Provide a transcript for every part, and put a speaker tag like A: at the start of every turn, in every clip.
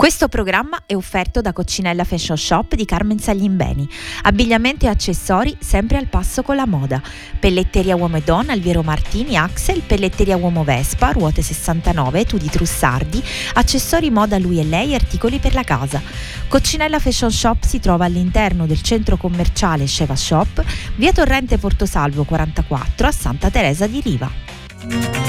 A: Questo programma è offerto da Coccinella Fashion Shop di Carmen Saglimbeni. Abbigliamento e accessori sempre al passo con la moda. Pelletteria uomo e donna Alviero Martini Axel, pelletteria uomo Vespa, ruote 69, Tudi Trussardi, accessori moda lui e lei e articoli per la casa. Coccinella Fashion Shop si trova all'interno del centro commerciale Sheva Shop, via Torrente Portosalvo 44 a Santa Teresa di Riva.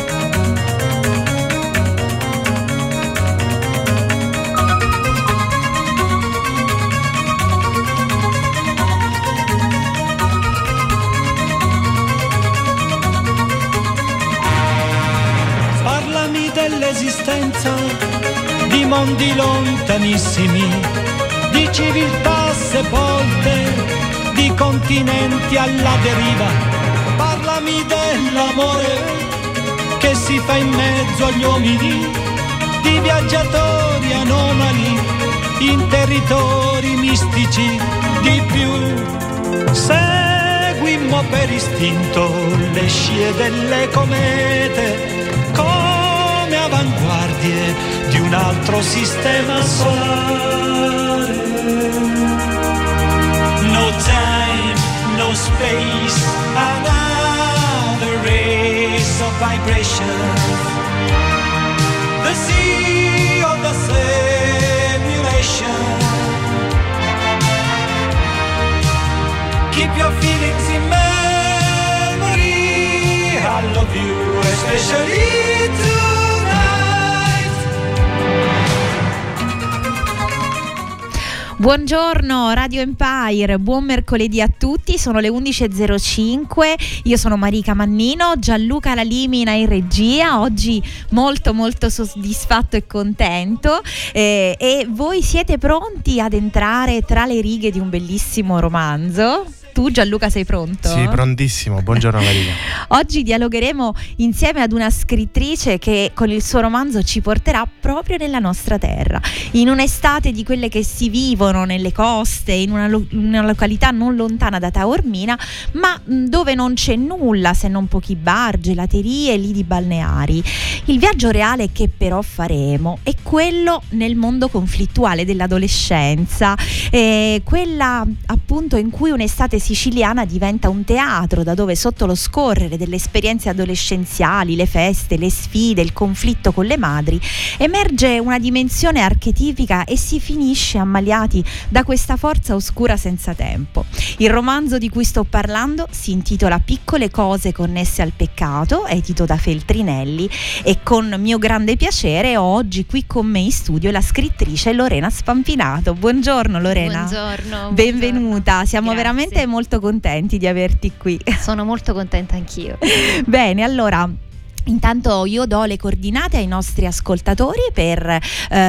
B: Dell'esistenza di mondi lontanissimi, di civiltà sepolte, di continenti alla deriva. Parlami dell'amore che si fa in mezzo agli uomini, di viaggiatori anomali in territori mistici. Di più seguimmo per istinto le scie delle comete, avanguardie di un altro sistema solare. No time, no space, another race of vibration. The sea of the simulation. Keep your feelings in memory. I love you, especially tonight.
A: Buongiorno Radio Empire, buon mercoledì a tutti, sono le 11.05, io sono Marica Mannino, Gianluca Lalimina in regia, oggi molto soddisfatto e contento e voi siete pronti ad entrare tra le righe di un bellissimo romanzo? Tu Gianluca sei pronto?
C: Sì, prontissimo, buongiorno Marica.
A: Oggi dialogheremo insieme ad una scrittrice che con il suo romanzo ci porterà proprio nella nostra terra, in un'estate di quelle che si vivono nelle coste, in una località non lontana da Taormina, ma dove non c'è nulla se non pochi bar, gelaterie e lidi balneari. Il viaggio reale che però faremo è quello nel mondo conflittuale dell'adolescenza, quella appunto in cui un'estate siciliana diventa un teatro da dove sotto lo scorrere delle esperienze adolescenziali, le feste, le sfide, il conflitto con le madri, emerge una dimensione archetipica e si finisce ammaliati da questa forza oscura senza tempo. Il romanzo di cui sto parlando si intitola Piccole cose connesse al peccato, edito da Feltrinelli, e con mio grande piacere ho oggi qui con me in studio la scrittrice Lorena Spampinato. Buongiorno Lorena.
D: Buongiorno.
A: Benvenuta, siamo
D: Grazie.
A: veramente molto contenti di averti qui.
D: Sono molto contenta anch'io.
A: Bene, allora intanto io do le coordinate ai nostri ascoltatori per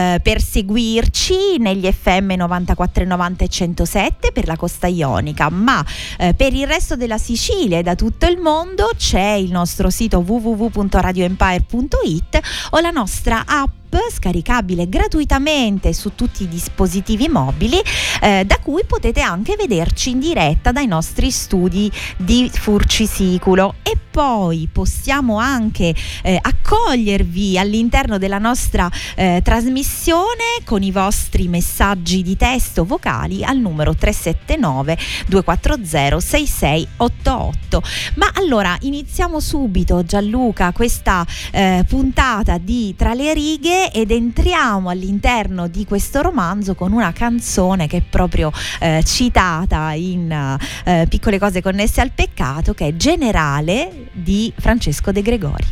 A: seguirci negli FM 94, 90 e 107 per la costa ionica, ma per il resto della Sicilia e da tutto il mondo c'è il nostro sito www.radioempire.it o la nostra app scaricabile gratuitamente su tutti i dispositivi mobili, da cui potete anche vederci in diretta dai nostri studi di Furcisicolo, e poi possiamo anche accogliervi all'interno della nostra trasmissione con i vostri messaggi di testo vocali al numero 379 240 6688. Ma allora iniziamo subito, Gianluca, questa puntata di Tra le righe ed entriamo all'interno di questo romanzo con una canzone che è proprio citata in Piccole cose connesse al peccato, che è Generale di Francesco De Gregori.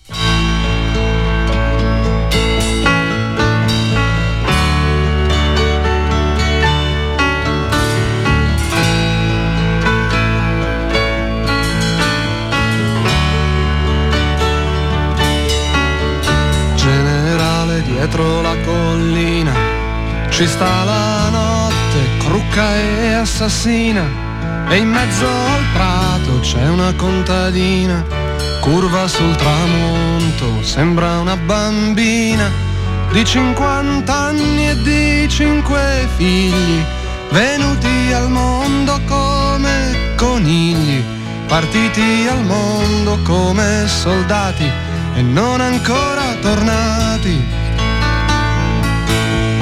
E: Dietro la collina ci sta la notte, crucca e assassina, e in mezzo al prato c'è una contadina, curva sul tramonto, sembra una bambina di 50 anni e di 5 figli, venuti al mondo come conigli, partiti al mondo come soldati e non ancora tornati.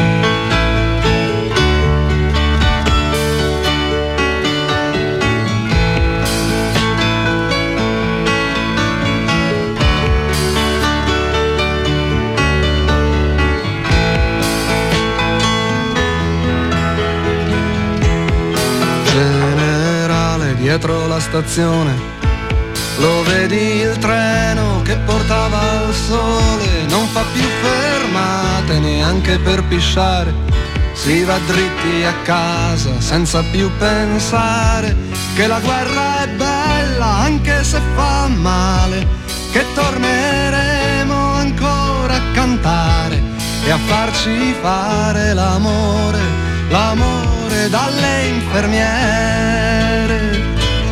E: dietro la stazione. Lo vedi il treno che portava al sole, non fa più fermate neanche per pisciare. Si va dritti a casa senza più pensare che la guerra è bella anche se fa male, che torneremo ancora a cantare e a farci fare l'amore, l'amore dalle infermiere.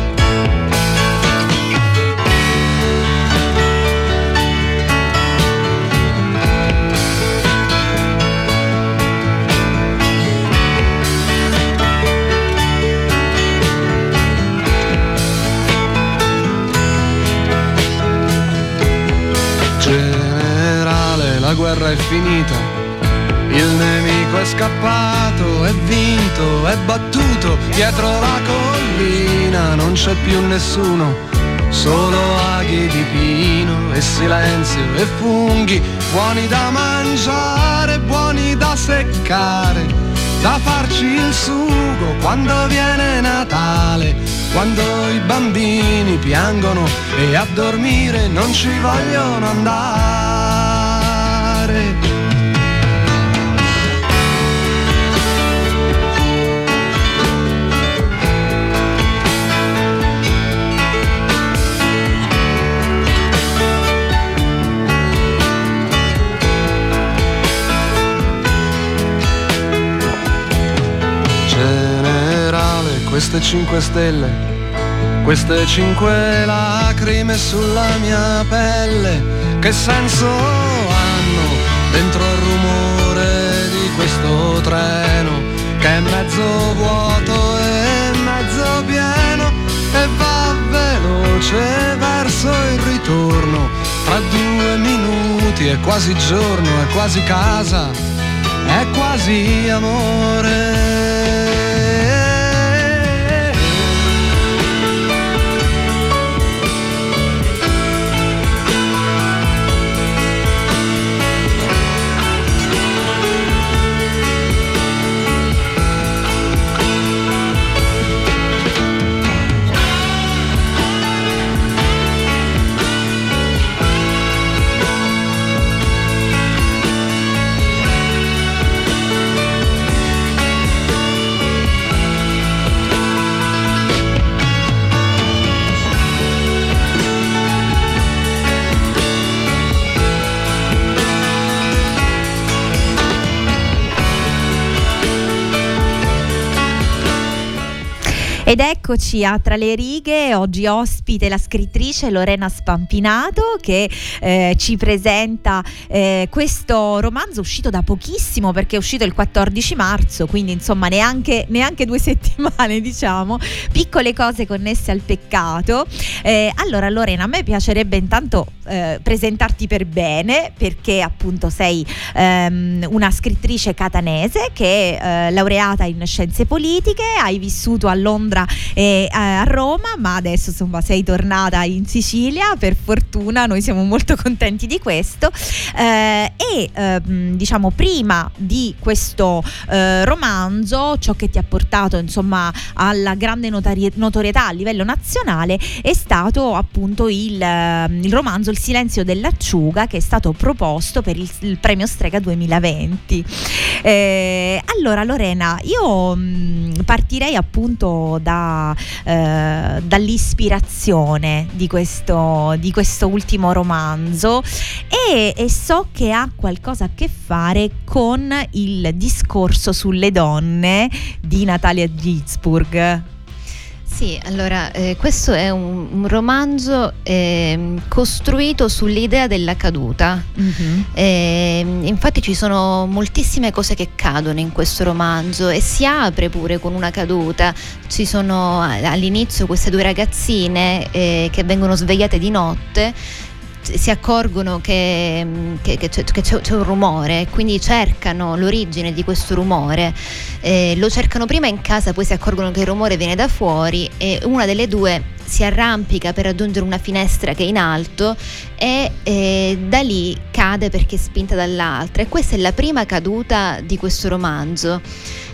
E: Generale, la guerra è finita, il nemico è scappato, è vinto, è battuto, dietro la collina non c'è più nessuno, solo aghi di pino e silenzio e funghi, buoni da mangiare, buoni da seccare, da farci il sugo quando viene Natale, quando i bambini piangono e a dormire non ci vogliono andare. Queste 5 stelle, queste 5 lacrime sulla mia pelle, che senso hanno dentro il rumore di questo treno, che è mezzo vuoto e mezzo pieno, e va veloce verso il ritorno, tra 2 minuti è quasi giorno, è quasi casa, è quasi amore.
A: Ed eccoci a Tra le righe, oggi ospite la scrittrice Lorena Spampinato che ci presenta questo romanzo uscito da pochissimo, perché è uscito il 14 marzo, quindi insomma neanche 2 settimane, diciamo, Piccole cose connesse al peccato. Allora Lorena, a me piacerebbe intanto presentarti per bene, perché appunto sei una scrittrice catanese che è laureata in scienze politiche, hai vissuto a Londra e a Roma, ma adesso insomma sei tornata in Sicilia, per fortuna, noi siamo molto contenti di questo, diciamo prima di questo romanzo, ciò che ti ha portato insomma alla grande notorietà a livello nazionale è stato appunto il romanzo Il silenzio dell'acciuga, che è stato proposto per il premio Strega 2020. Allora Lorena, io partirei appunto dall'ispirazione di questo ultimo romanzo e so che ha qualcosa a che fare con il discorso sulle donne di Natalia Ginzburg.
D: Sì, allora questo è un romanzo costruito sull'idea della caduta. Infatti ci sono moltissime cose che cadono in questo romanzo e si apre pure con una caduta. Ci sono all'inizio queste 2 ragazzine che vengono svegliate di notte, si accorgono che c'è un rumore, quindi cercano l'origine di questo rumore, lo cercano prima in casa, poi si accorgono che il rumore viene da fuori e una delle 2 si arrampica per raggiungere una finestra che è in alto e da lì cade perché è spinta dall'altra, e questa è la prima caduta di questo romanzo.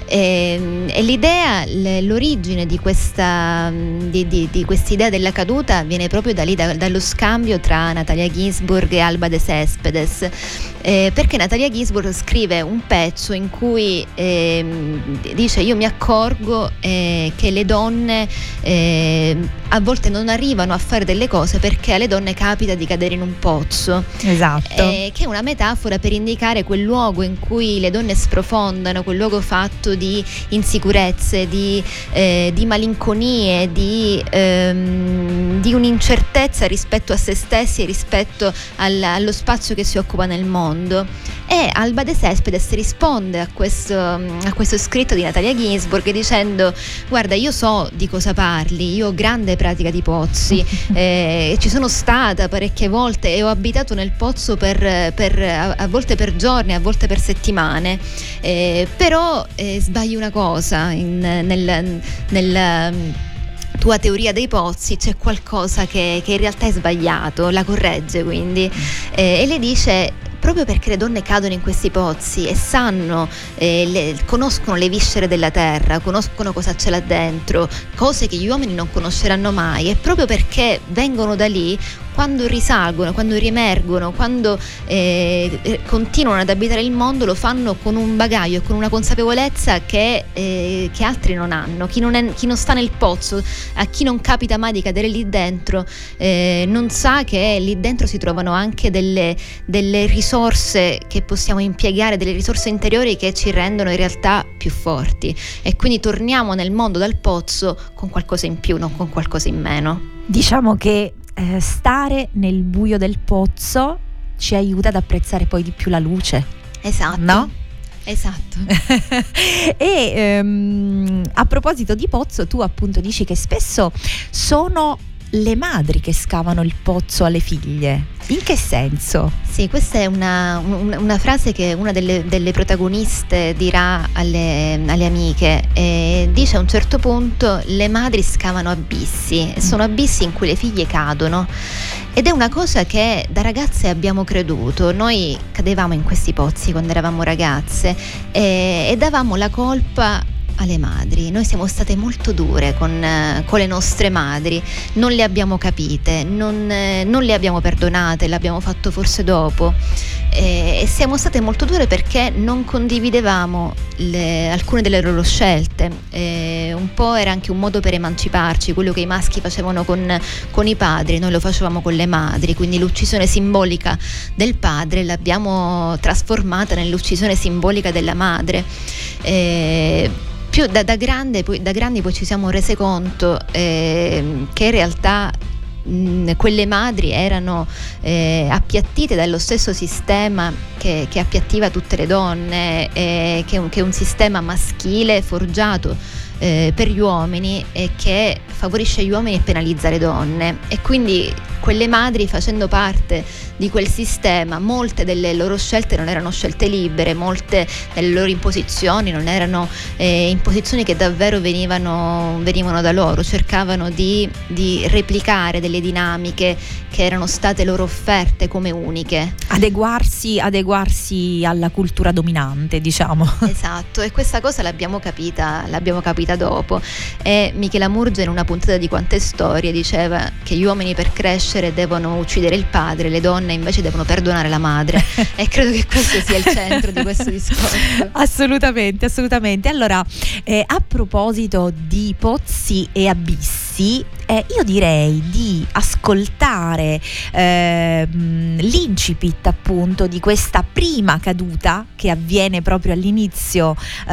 D: E l'idea, l'origine di questa idea della caduta viene proprio da lì, dallo scambio tra Natalia Ginzburg e Alba de Céspedes, perché Natalia Ginzburg scrive un pezzo in cui dice: io mi accorgo che le donne a volte non arrivano a fare delle cose perché alle donne capita di cadere in un pozzo.
A: Esatto.
D: Che è una metafora per indicare quel luogo in cui le donne sprofondano, quel luogo fatto di insicurezze, di malinconie, di un'incertezza rispetto a se stessi e rispetto allo spazio che si occupa nel mondo. E Alba de Céspedes risponde a questo scritto di Natalia Ginzburg dicendo: guarda, io so di cosa parli, io ho grande pratica di pozzi, ci sono stata parecchie volte e ho abitato nel pozzo a volte per giorni, a volte per settimane, però sbagli una cosa nella tua teoria dei pozzi, c'è qualcosa che in realtà è sbagliato, la corregge quindi, e le dice: proprio perché le donne cadono in questi pozzi e sanno, conoscono le viscere della terra, conoscono cosa c'è là dentro, cose che gli uomini non conosceranno mai, e proprio perché vengono da lì, quando risalgono, quando riemergono, quando continuano ad abitare il mondo, lo fanno con un bagaglio e con una consapevolezza che altri non hanno. Chi non sta nel pozzo, a chi non capita mai di cadere lì dentro, non sa che lì dentro si trovano anche delle risorse che possiamo impiegare, delle risorse interiori che ci rendono in realtà più forti, e quindi torniamo nel mondo dal pozzo con qualcosa in più, non con qualcosa in meno. Diciamo che
A: stare nel buio del pozzo ci aiuta ad apprezzare poi di più la luce.
D: Esatto.
A: No?
D: Esatto.
A: E a proposito di pozzo, tu appunto dici che spesso sono le madri che scavano il pozzo alle figlie. In che senso?
D: Sì, questa è una frase che una delle protagoniste dirà alle amiche. Dice a un certo punto: le madri scavano abissi, e sono abissi in cui le figlie cadono. Ed è una cosa che da ragazze abbiamo creduto. Noi cadevamo in questi pozzi quando eravamo ragazze e davamo la colpa alle madri. Noi siamo state molto dure con le nostre madri, non le abbiamo capite, non le abbiamo perdonate, l'abbiamo fatto forse dopo, e siamo state molto dure perché non condividevamo alcune delle loro scelte. Un po' era anche un modo per emanciparci. Quello che i maschi facevano con i padri, noi lo facevamo con le madri, quindi l'uccisione simbolica del padre l'abbiamo trasformata nell'uccisione simbolica della madre. Più da grandi poi ci siamo rese conto che in realtà quelle madri erano appiattite dallo stesso sistema che appiattiva tutte le donne, che è un sistema maschile forgiato per gli uomini e che favorisce gli uomini e penalizza le donne. E quindi quelle madri, facendo parte di quel sistema, molte delle loro scelte non erano scelte libere, molte delle loro imposizioni non erano imposizioni che davvero venivano da loro, cercavano di replicare delle dinamiche che erano state loro offerte come uniche. Adeguarsi
A: alla cultura dominante, diciamo.
D: Esatto, e questa cosa l'abbiamo capita dopo. E Michela Murgia, in una puntata di Quante Storie, diceva che gli uomini per crescere devono uccidere il padre, le donne invece devono perdonare la madre. E credo che questo sia il centro di questo discorso.
A: Assolutamente. Allora, a proposito di pozzi e abissi, io direi di ascoltare l'incipit appunto di questa prima caduta che avviene proprio all'inizio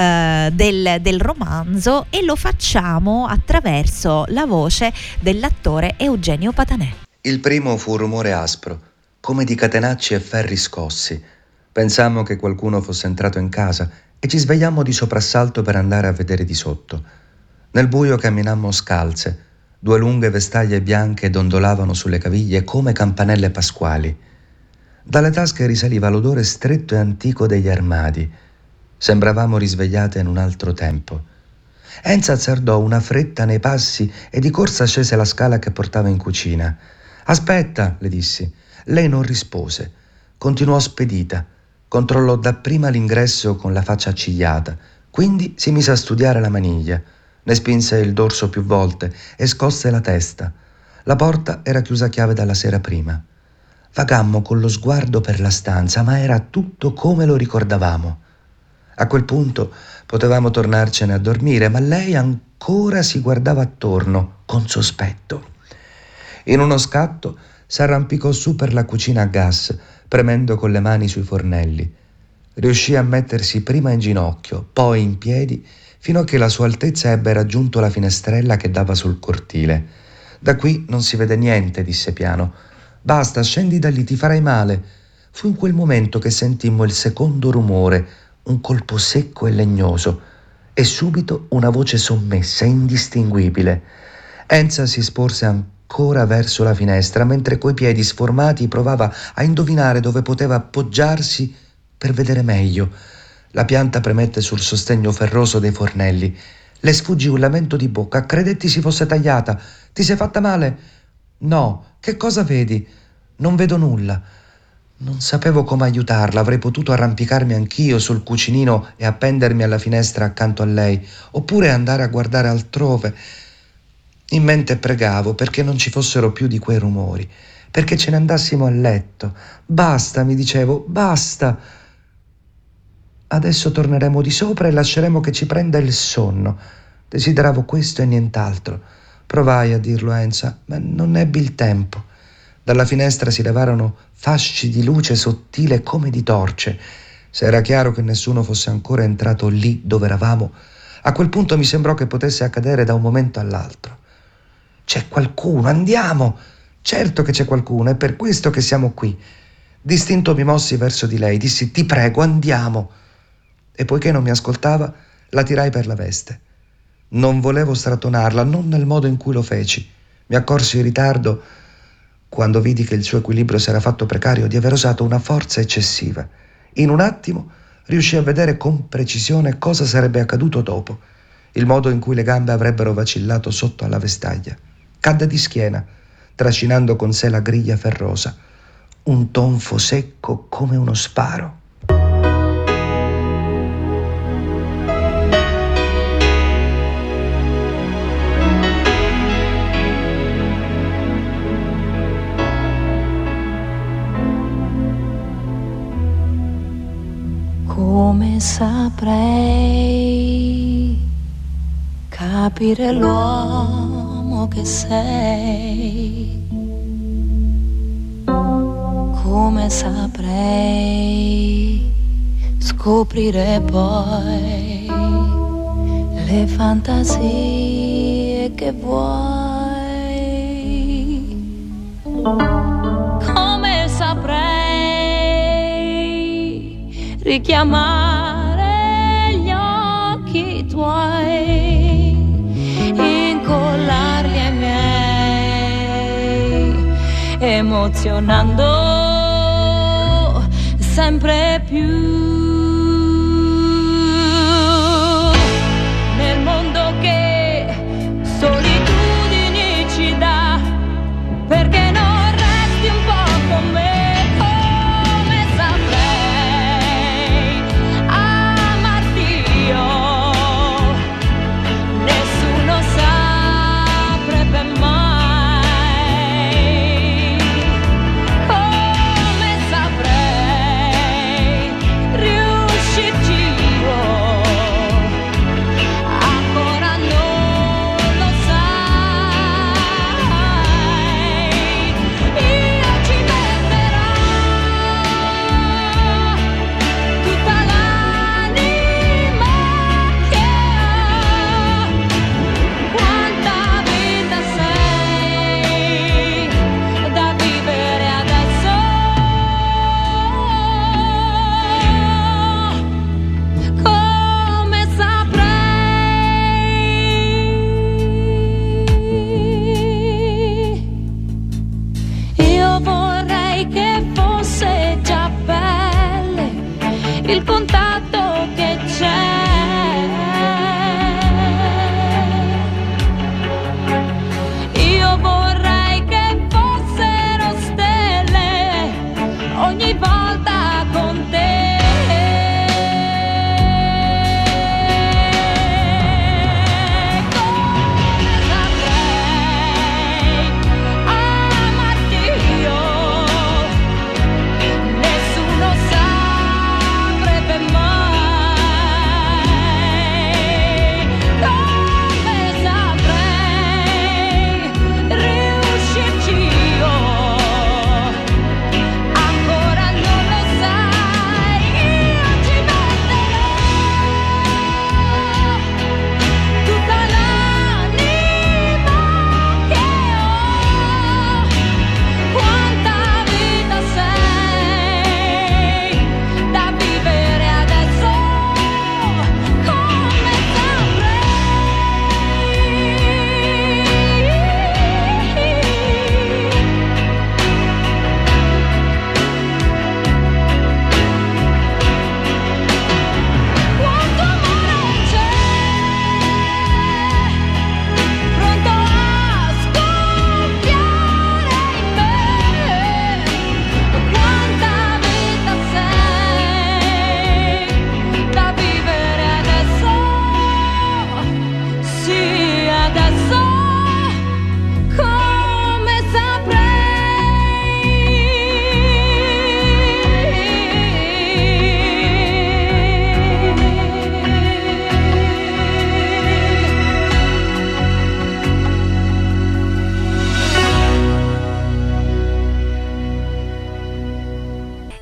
A: del romanzo, e lo facciamo attraverso la voce dell'attore Eugenio Patanè.
F: Il primo fu un rumore aspro, come di catenacci e ferri scossi. Pensammo che qualcuno fosse entrato in casa e ci svegliammo di soprassalto per andare a vedere di sotto. Nel buio camminammo scalze. 2 lunghe vestaglie bianche dondolavano sulle caviglie come campanelle pasquali. Dalle tasche risaliva l'odore stretto e antico degli armadi. Sembravamo risvegliate in un altro tempo. Enza azzardò una fretta nei passi e di corsa scese la scala che portava in cucina. «Aspetta», le dissi. Lei non rispose. Continuò spedita. Controllò dapprima l'ingresso con la faccia accigliata. Quindi si mise a studiare la maniglia, ne spinse il dorso più volte e scosse la testa. La porta era chiusa a chiave dalla sera prima. Vagammo con lo sguardo per la stanza, ma era tutto come lo ricordavamo. A quel punto potevamo tornarcene a dormire, ma lei ancora si guardava attorno con sospetto. In uno scatto s'arrampicò su per la cucina a gas, premendo con le mani sui fornelli. Riuscì a mettersi prima in ginocchio, poi in piedi, fino a che la sua altezza ebbe raggiunto la finestrella che dava sul cortile. Da qui non si vede niente, disse piano. Basta, scendi da lì, ti farai male. Fu in quel momento che sentimmo il secondo rumore, un colpo secco e legnoso, e subito una voce sommessa, indistinguibile. Enza si sporse ancora verso la finestra, mentre coi piedi sformati provava a indovinare dove poteva appoggiarsi per vedere meglio. La pianta premette sul sostegno ferroso dei fornelli. Le sfuggì un lamento di bocca. Credetti si fosse tagliata. Ti sei fatta male? No. Che cosa vedi? Non vedo nulla. Non sapevo come aiutarla. Avrei potuto arrampicarmi anch'io sul cucinino e appendermi alla finestra accanto a lei, oppure andare a guardare altrove. In mente pregavo perché non ci fossero più di quei rumori, perché ce ne andassimo a letto. Basta, mi dicevo, basta. Adesso torneremo di sopra e lasceremo che ci prenda il sonno. Desideravo questo e nient'altro. Provai a dirlo a Enza, ma non ebbi il tempo. Dalla finestra si levarono fasci di luce sottile come di torce. Se era chiaro che nessuno fosse ancora entrato lì dove eravamo, a quel punto mi sembrò che potesse accadere da un momento all'altro. C'è qualcuno, andiamo! Certo che c'è qualcuno, è per questo che siamo qui. Distinto mi mossi verso di lei, dissi, ti prego, andiamo. E poiché non mi ascoltava, la tirai per la veste. Non volevo stratonarla, non nel modo in cui lo feci. Mi accorsi in ritardo, quando vidi che il suo equilibrio s'era fatto precario, di aver usato una forza eccessiva. In un attimo riuscì a vedere con precisione cosa sarebbe accaduto dopo, il modo in cui le gambe avrebbero vacillato sotto alla vestaglia. Cadde di schiena, trascinando con sé la griglia ferrosa, un tonfo secco come uno sparo.
G: Come saprei capire l'uomo che sei? Come saprei scoprire poi le fantasie che vuoi? Come saprei richiamare gli occhi tuoi, incollarli ai miei, emozionando sempre più. Nel mondo che solitudini ci dà, perché non resti un po' con me? Come saprei amarti io? Nessuno saprebbe mai. Come saprei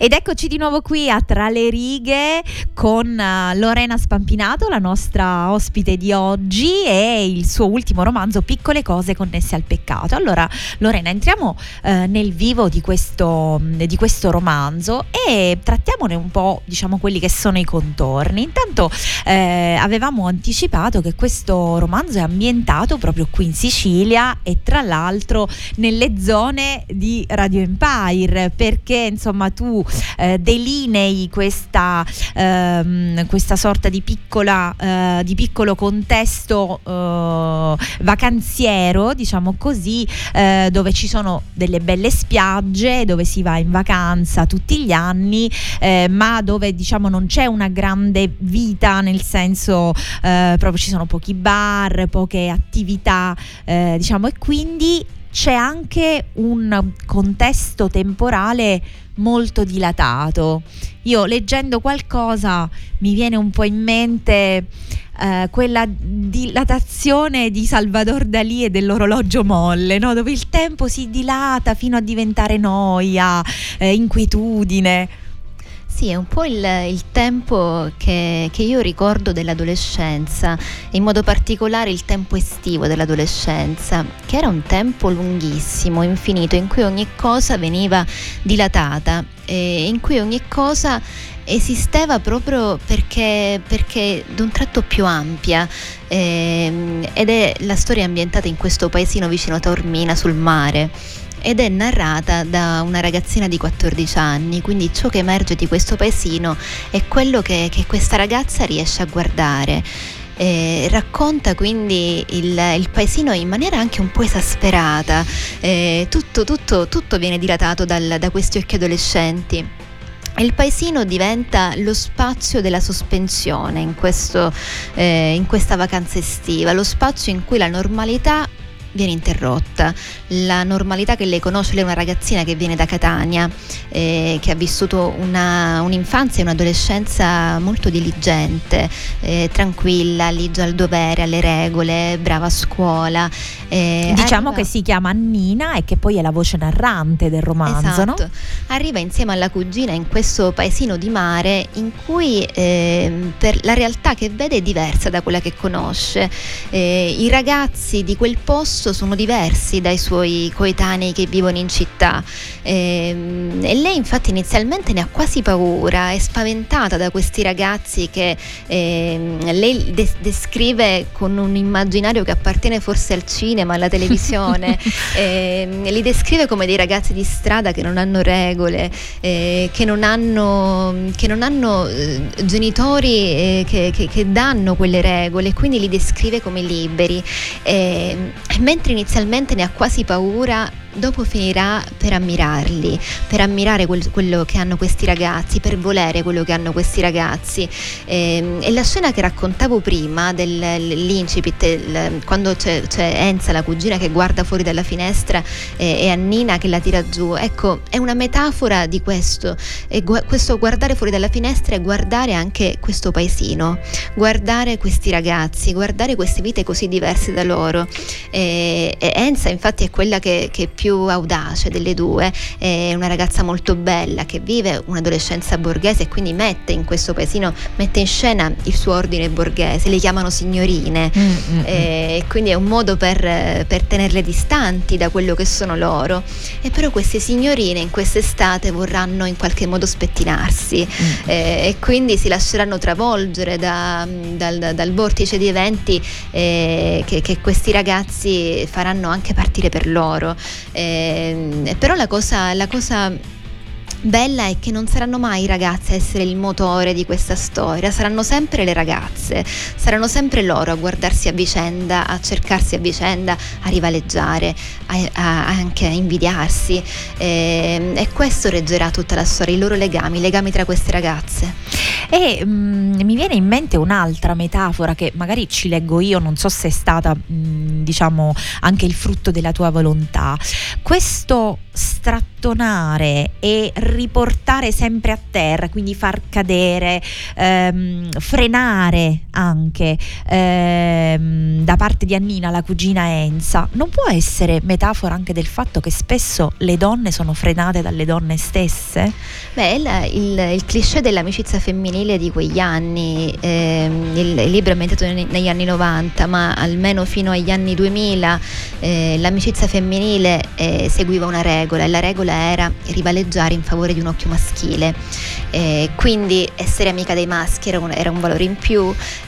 A: Ed eccoci di nuovo qui a Tra le righe con Lorena Spampinato, la nostra ospite di oggi, e il suo ultimo romanzo Piccole cose connesse al peccato. Allora Lorena, entriamo nel vivo di questo romanzo e trattiamone un po', diciamo, quelli che sono i contorni. Intanto avevamo anticipato che questo romanzo è ambientato proprio qui in Sicilia e tra l'altro nelle zone di Radio Empire, perché insomma tu delinei questa sorta di piccolo contesto vacanziero, diciamo così, dove ci sono delle belle spiagge, dove si va in vacanza tutti gli anni, ma dove, diciamo, non c'è una grande vita, nel senso proprio ci sono pochi bar, poche attività, diciamo, e quindi c'è anche un contesto temporale molto dilatato. Io leggendo qualcosa mi viene un po' in mente quella dilatazione di Salvador Dalì e dell'orologio molle, no? Dove il tempo si dilata fino a diventare noia, inquietudine.
D: Sì, è un po' il tempo che io ricordo dell'adolescenza, in modo particolare il tempo estivo dell'adolescenza, che era un tempo lunghissimo, infinito, in cui ogni cosa veniva dilatata, in cui ogni cosa esisteva proprio perché d'un tratto più ampia, ed è la storia ambientata in questo paesino vicino a Taormina sul mare. Ed è narrata da una ragazzina di 14 anni, quindi ciò che emerge di questo paesino è quello che questa ragazza riesce a guardare. Racconta quindi il paesino in maniera anche un po' esasperata, tutto viene dilatato da questi occhi adolescenti. Il paesino diventa lo spazio della sospensione in questa vacanza estiva, lo spazio in cui la normalità viene interrotta, la normalità che lei conosce. Lei è una ragazzina che viene da Catania, che ha vissuto un'infanzia e un'adolescenza molto diligente, tranquilla, ligia al dovere, alle regole, brava a scuola.
A: Diciamo che si chiama Nina e che poi è la voce narrante del romanzo,
D: esatto,
A: no?
D: Arriva insieme alla cugina in questo paesino di mare in cui per la realtà che vede è diversa da quella che conosce. I ragazzi di quel posto sono diversi dai suoi coetanei che vivono in città, e lei infatti inizialmente ne ha quasi paura, è spaventata da questi ragazzi che lei descrive con un immaginario che appartiene forse al cinema, alla televisione. Li descrive come dei ragazzi di strada che non hanno regole, che non hanno genitori che danno quelle regole, quindi li descrive come liberi. Mentre inizialmente ne ha quasi paura, dopo finirà per ammirarli, per ammirare quello che hanno questi ragazzi, per volere quello che hanno questi ragazzi. E la scena che raccontavo prima dell'incipit, quando c'è Enza, la cugina, che guarda fuori dalla finestra e Annina che la tira giù, ecco, è una metafora di questo. Questo guardare fuori dalla finestra e guardare anche questo paesino, guardare questi ragazzi, guardare queste vite così diverse da loro. E Enza infatti è quella che più audace delle due, è una ragazza molto bella che vive un'adolescenza borghese e quindi mette in questo paesino, mette in scena il suo ordine borghese, le chiamano signorine, e quindi è un modo per tenerle distanti da quello che sono loro. E però queste signorine in quest'estate vorranno in qualche modo spettinarsi, e quindi si lasceranno travolgere dal vortice di eventi che questi ragazzi faranno anche partire per loro. Però la cosa bella è che non saranno mai i ragazzi a essere il motore di questa storia, saranno sempre le ragazze, saranno sempre loro a guardarsi a vicenda, a cercarsi a vicenda, a rivaleggiare, anche a invidiarsi, e questo reggerà tutta la storia, i loro legami, tra queste ragazze.
A: E mi viene in mente un'altra metafora che magari ci leggo io, non so se è stata diciamo anche il frutto della tua volontà, questo strattare accattonare e riportare sempre a terra, quindi far cadere, frenare anche da parte di Annina, la cugina Enza, non può essere metafora anche del fatto che spesso le donne sono frenate dalle donne stesse?
D: Beh, il cliché dell'amicizia femminile di quegli anni, il libro è ambientato negli anni 90, ma almeno fino agli anni 2000 l'amicizia femminile seguiva una regola, e la regola era rivaleggiare in favore di un occhio maschile, quindi essere amica dei maschi era un valore in più,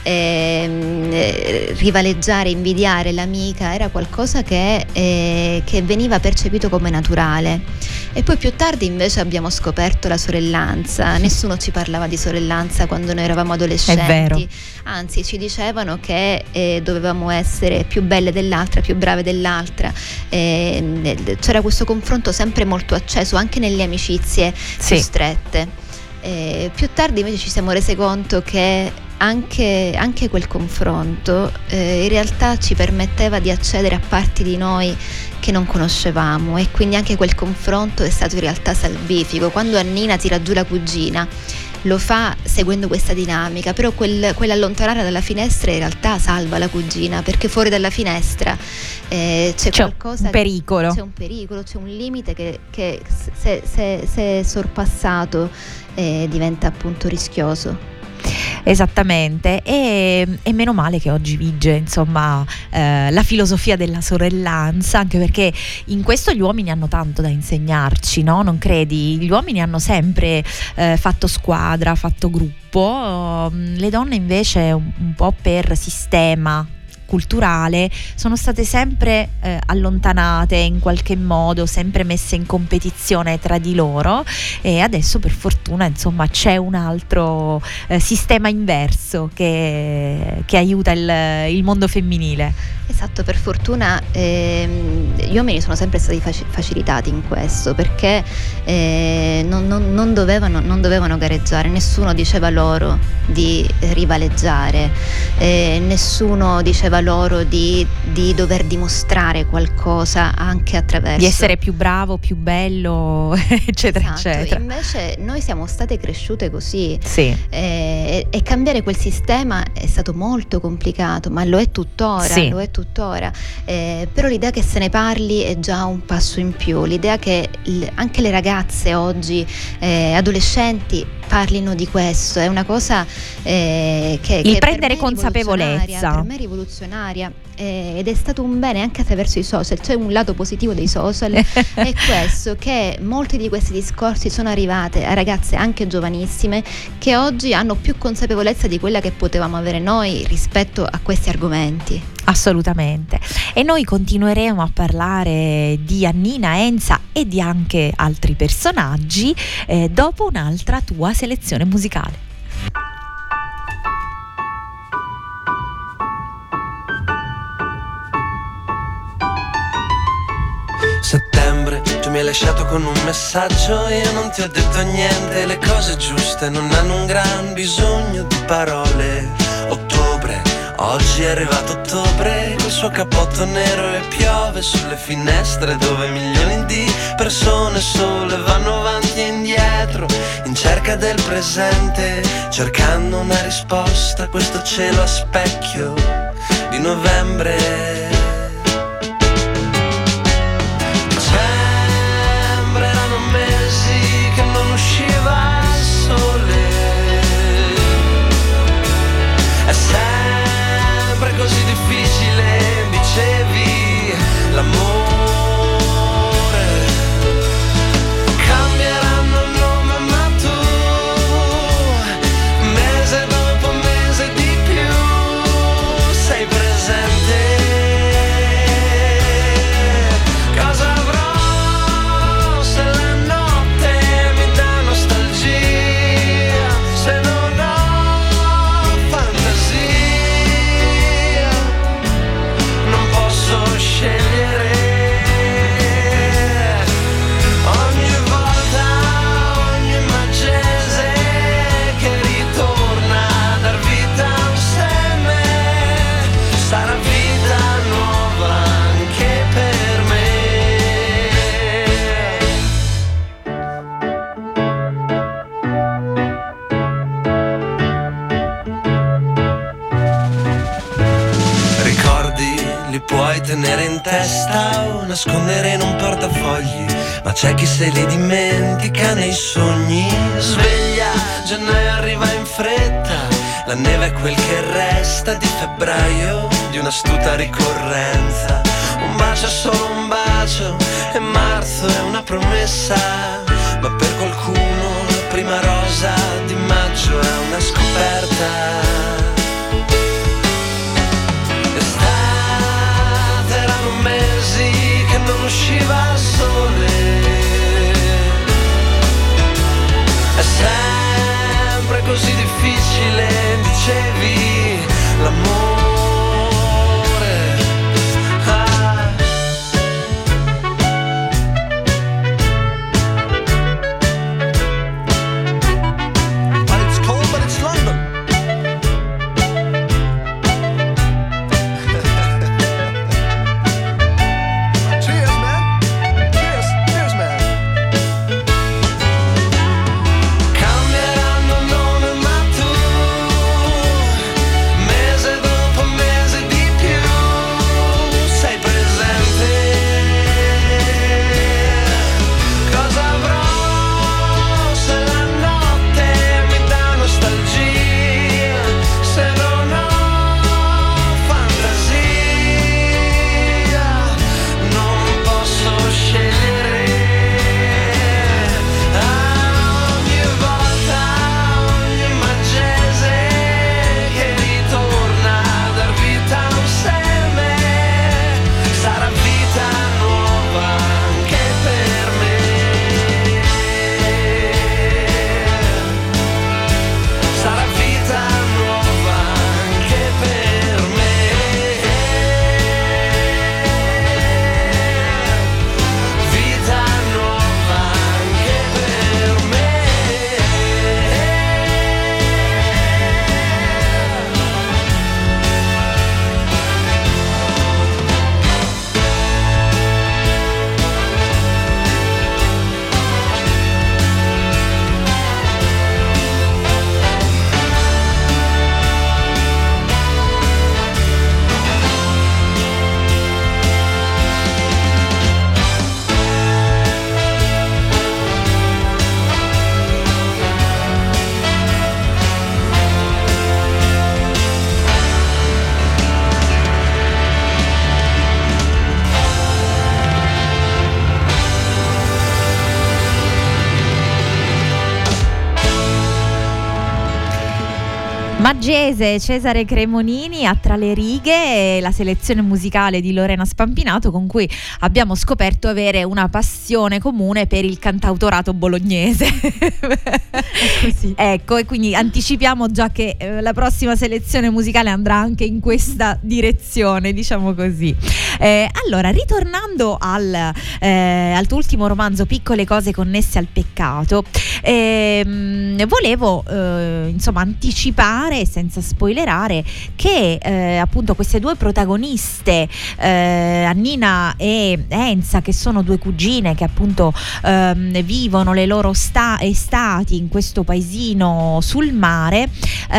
D: rivaleggiare, invidiare l'amica era qualcosa che veniva percepito come naturale. E poi più tardi invece abbiamo scoperto la sorellanza. Nessuno ci parlava di sorellanza quando noi eravamo adolescenti.
A: È vero.
D: Anzi, ci dicevano che dovevamo essere più belle dell'altra, più brave dell'altra. C'era questo confronto sempre molto acceso anche nelle amicizie più strette. Più tardi invece ci siamo rese conto che anche quel confronto in realtà ci permetteva di accedere a parti di noi che non conoscevamo, e quindi anche quel confronto è stato in realtà salvifico. Quando Annina tira giù la cugina lo fa seguendo questa dinamica, però quell'allontanare dalla finestra in realtà salva la cugina, perché fuori dalla finestra c'è qualcosa,
A: un pericolo.
D: C'è un pericolo, c'è un limite che se sorpassato diventa appunto rischioso.
A: Esattamente, e meno male che oggi vige, insomma, la filosofia della sorellanza, anche perché in questo gli uomini hanno tanto da insegnarci, no? Non credi? Gli uomini hanno sempre fatto squadra, fatto gruppo, le donne invece un po' per sistema culturale sono state sempre allontanate in qualche modo, sempre messe in competizione tra di loro, e adesso per fortuna insomma c'è un altro sistema inverso che aiuta il mondo femminile.
D: Esatto, per fortuna gli uomini sono sempre stati facilitati in questo, perché non dovevano gareggiare, nessuno diceva loro di rivaleggiare, nessuno diceva loro di dover dimostrare qualcosa anche attraverso
A: di essere più bravo, più bello, eccetera,
D: esatto,
A: eccetera.
D: Invece noi siamo state cresciute così,
A: sì.
D: E cambiare quel sistema è stato molto complicato, ma lo è tuttora,
A: sì.
D: Lo è tuttora. Però l'idea che se ne parli è già un passo in più, l'idea che anche le ragazze oggi, adolescenti, parlino di questo è una cosa che
A: prendere consapevolezza
D: per me è rivoluzionaria, ed è stato un bene anche attraverso i social. C'è un lato positivo dei social è questo, che molti di questi discorsi sono arrivate a ragazze anche giovanissime che oggi hanno più consapevolezza di quella che potevamo avere noi rispetto a questi argomenti.
A: Assolutamente. E noi continueremo a parlare di Annina, Enza e di anche altri personaggi dopo un'altra tua selezione musicale.
H: Settembre, tu mi hai lasciato con un messaggio, io non ti ho detto niente, le cose giuste non hanno un gran bisogno di parole. Ottobre, oggi è arrivato ottobre, col suo cappotto nero e piove sulle finestre dove milioni di persone sole vanno avanti e indietro in cerca del presente, cercando una risposta a questo cielo a specchio di novembre. Usciva il sole, è sempre così difficile, dicevi, l'amore. Cambieranno il nome ma tu, mese dopo mese di più, sei presente. puoi tenere in testa o nascondere in un portafogli, ma c'è chi se li dimentica nei sogni. Sveglia, gennaio arriva in fretta, la neve è quel che resta di febbraio, di un'astuta ricorrenza. Un bacio è solo un bacio e marzo è una promessa, ma per qualcuno la prima rosa di maggio è una scoperta. Estate erano mesi che non usciva il sole, è sempre così difficile, dicevi, l'amore.
E: But it's cold, but it's London. Cheers, man. Cheers, cheers, man.
H: Cambieranno nome ma tu, mese dopo mese di più, sei presente. Cosa avrò se la notte mi dà nostalgia, se non ho fantasia, non posso scegliere. Ogni volta, ogni maggese che ritorna a dar vita a un seme, sarà vita nuova anche per me. Sarà vita nuova anche per me. Vita nuova anche per me.
A: Maggese, Cesare Cremonini, a Tra le righe, la selezione musicale di Lorena Spampinato, con cui abbiamo scoperto avere una passione comune per il cantautorato bolognese.
D: Così.
A: Ecco, e quindi anticipiamo già che la prossima selezione musicale andrà anche in questa direzione, diciamo così. Allora, ritornando al tuo ultimo romanzo, Piccole cose connesse al peccato, volevo insomma anticipare, senza spoilerare, che appunto queste due protagoniste, Annina e Enza, che sono due cugine che appunto vivono le loro estati in questo paesino sul mare,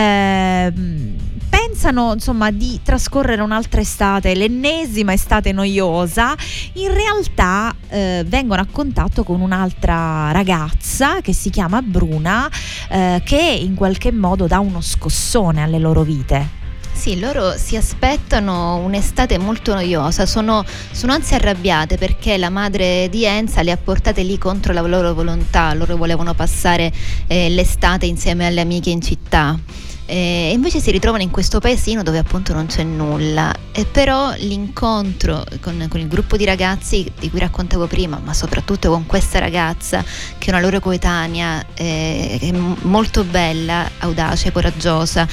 A: pensano insomma di trascorrere un'altra estate, l'ennesima estate noiosa. In realtà vengono a contatto con un'altra ragazza che si chiama Bruna, che in qualche modo dà uno scossone alle loro vite.
D: Sì, loro si aspettano un'estate molto noiosa, sono anzi arrabbiate perché la madre di Enza le ha portate lì contro la loro volontà. Loro volevano passare l'estate insieme alle amiche in città. E invece si ritrovano in questo paesino dove appunto non c'è nulla, e però l'incontro con il gruppo di ragazzi di cui raccontavo prima, ma soprattutto con questa ragazza che è una loro coetanea, è molto bella, audace, coraggiosa,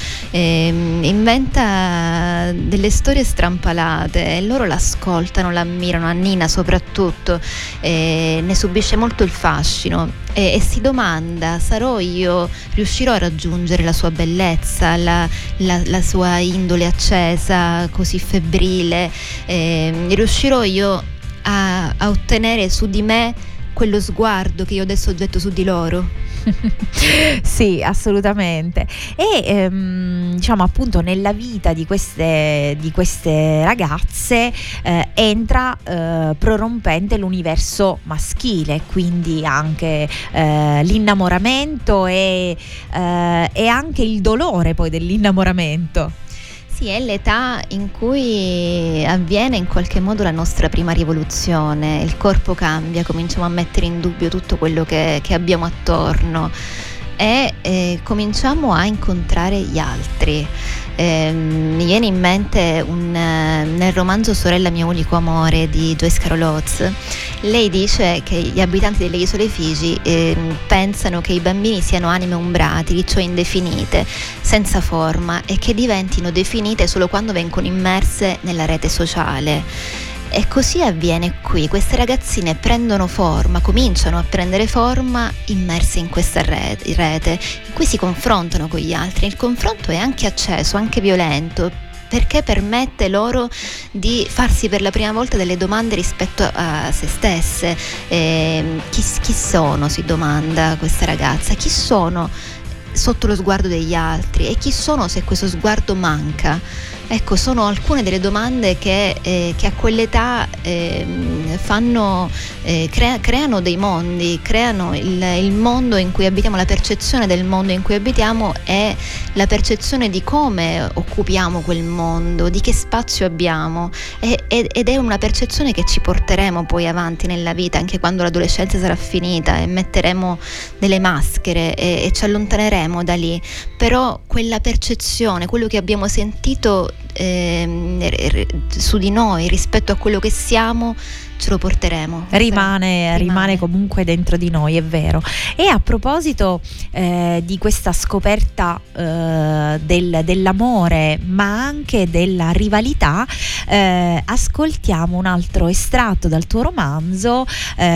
D: inventa delle storie strampalate e loro l'ascoltano, l'ammirano. Annina soprattutto ne subisce molto il fascino e si domanda: riuscirò a raggiungere la sua bellezza, la sua indole accesa, così febbrile, riuscirò io a ottenere su di me quello sguardo che io adesso getto su di loro?
A: Sì, assolutamente. E diciamo appunto nella vita di queste ragazze entra prorompente l'universo maschile, quindi anche l'innamoramento e anche il dolore poi dell'innamoramento.
D: Sì, è l'età in cui avviene in qualche modo la nostra prima rivoluzione, il corpo cambia, cominciamo a mettere in dubbio tutto quello che abbiamo attorno e cominciamo a incontrare gli altri. Mi viene in mente nel romanzo Sorella mio unico amore di Joyce Carol Oates, lei dice che gli abitanti delle isole Figi pensano che i bambini siano anime umbratili, cioè indefinite, senza forma, e che diventino definite solo quando vengono immerse nella rete sociale. E così avviene qui, queste ragazzine prendono forma, cominciano a prendere forma immerse in questa rete, in cui si confrontano con gli altri. Il confronto è anche acceso, anche violento, perché permette loro di farsi per la prima volta delle domande rispetto a se stesse. Chi sono, si domanda questa ragazza, chi sono sotto lo sguardo degli altri e chi sono se questo sguardo manca. Ecco, sono alcune delle domande che a quell'età creano dei mondi, creano il mondo in cui abitiamo, la percezione del mondo in cui abitiamo e la percezione di come occupiamo quel mondo, di che spazio abbiamo, ed è una percezione che ci porteremo poi avanti nella vita, anche quando l'adolescenza sarà finita e metteremo delle maschere e ci allontaneremo da lì. Però quella percezione, quello che abbiamo sentito su di noi rispetto a quello che siamo, ce lo porteremo.
A: Rimane comunque dentro di noi, è vero. E a proposito di questa scoperta dell'amore, ma anche della rivalità, ascoltiamo un altro estratto dal tuo romanzo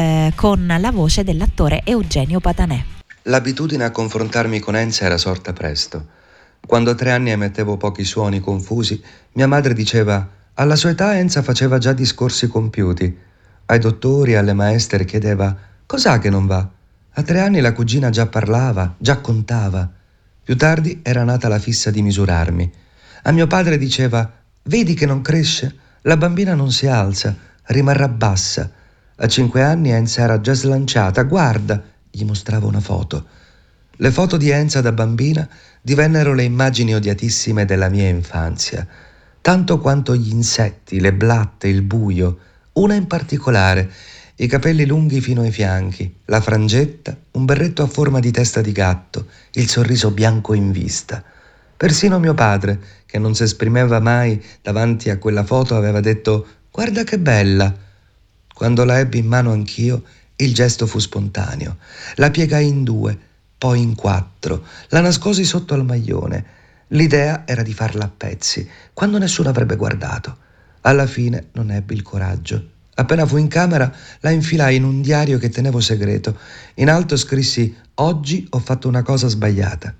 A: con la voce dell'attore Eugenio Patanè.
F: L'abitudine a confrontarmi con Enza era sorta presto. Quando a 3 anni emettevo pochi suoni confusi, mia madre diceva: alla sua età Enza faceva già discorsi compiuti. Ai dottori e alle maestre chiedeva: cos'ha che non va? A 3 anni la cugina già parlava, già contava. Più tardi era nata la fissa di misurarmi. A mio padre diceva: vedi che non cresce? La bambina non si alza, rimarrà bassa. A 5 anni Enza era già slanciata, guarda, gli mostrava una foto. Le foto di Enza da bambina divennero le immagini odiatissime della mia infanzia, tanto quanto gli insetti, le blatte, il buio, una in particolare, i capelli lunghi fino ai fianchi, la frangetta, un berretto a forma di testa di gatto, il sorriso bianco in vista. Persino mio padre, che non si esprimeva mai davanti a quella foto, aveva detto: guarda che bella. Quando la ebbi in mano anch'io, il gesto fu spontaneo. La piegai in 2, poi in 4, la nascosi sotto al maglione. L'idea era di farla a pezzi, quando nessuno avrebbe guardato. Alla fine non ebbi il coraggio. Appena fu in camera, la infilai in un diario che tenevo segreto. In alto scrissi: oggi ho fatto una cosa sbagliata.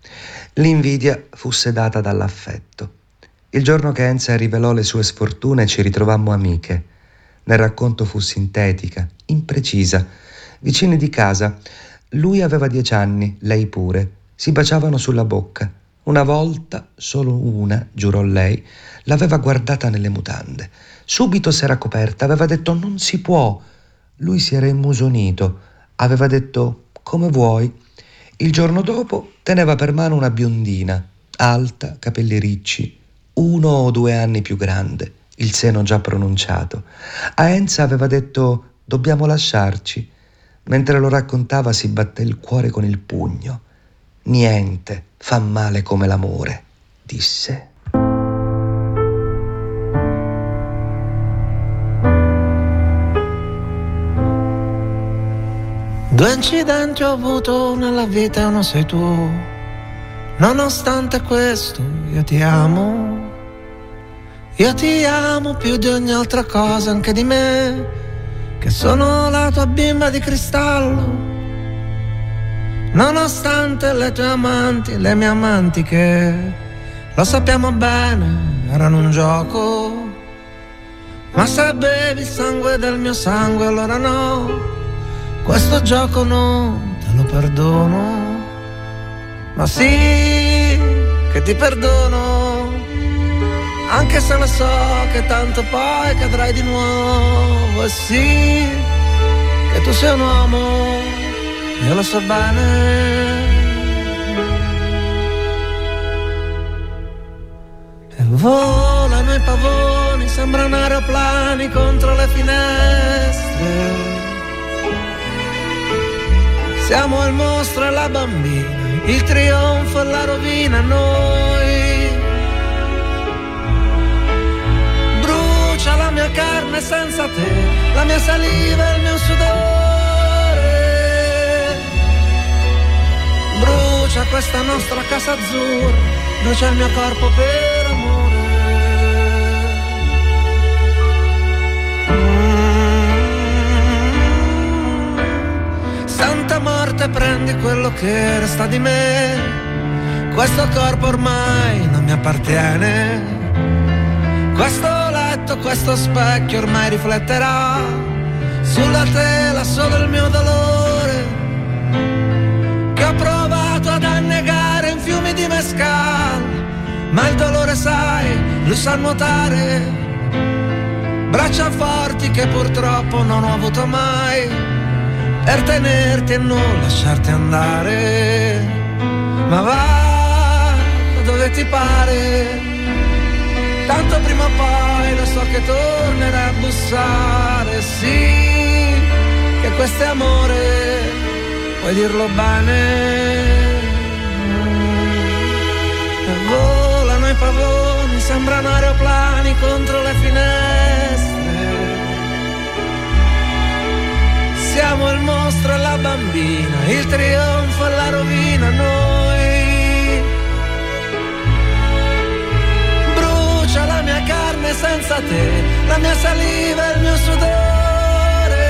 F: L'invidia fu sedata dall'affetto. Il giorno che Enza rivelò le sue sfortune ci ritrovammo amiche. Nel racconto fu sintetica, imprecisa. Vicini di casa, lui aveva 10 anni, lei pure. Si baciavano sulla bocca. Una volta, solo una, giurò lei, l'aveva guardata nelle mutande. Subito s'era coperta, aveva detto: non si può. Lui si era immusonito, aveva detto: come vuoi. Il giorno dopo teneva per mano una biondina, alta, capelli ricci, 1 o 2 anni più grande, il seno già pronunciato. A Enza aveva detto: dobbiamo lasciarci. Mentre lo raccontava si batté il cuore con il pugno. Niente fa male come l'amore, disse.
I: Due incidenti ho avuto nella vita e uno sei tu. Nonostante questo io ti amo. Io ti amo più di ogni altra cosa, anche di me, che sono la tua bimba di cristallo. Nonostante le tue amanti, le mie amanti, che lo sappiamo bene, erano un gioco. Ma se bevi il sangue del mio sangue, allora no, questo gioco non te lo perdono, ma sì che ti perdono, anche se lo so che tanto poi cadrai di nuovo. E sì che tu sei un uomo, io lo so bene. E volano i pavoni, sembrano aeroplani contro le finestre. Siamo il mostro e la bambina, il trionfo e la rovina, noi. Brucia la mia carne senza te, la mia saliva e il mio sudore. Brucia questa nostra casa azzurra, brucia il mio corpo per amore. Santa morte, prendi quello che resta di me, questo corpo ormai non mi appartiene, questo letto, questo specchio ormai rifletterà sulla tela solo il mio dolore, che ho provato ad annegare in fiumi di mescal, ma il dolore sai, lui sa nuotare, braccia forti che purtroppo non ho avuto mai, per tenerti e non lasciarti andare. Ma va dove ti pare, tanto prima o poi lo so che tornerai a bussare. Sì che questo è amore, puoi dirlo bene. E volano i pavoni, sembrano aeroplani contro le finestre. Siamo il mostro e la bambina, il trionfo e la rovina, noi. Brucia la mia carne senza te, la mia saliva e il mio sudore.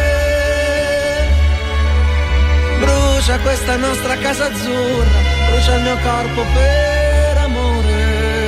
I: Brucia questa nostra casa azzurra, brucia il mio corpo per amore.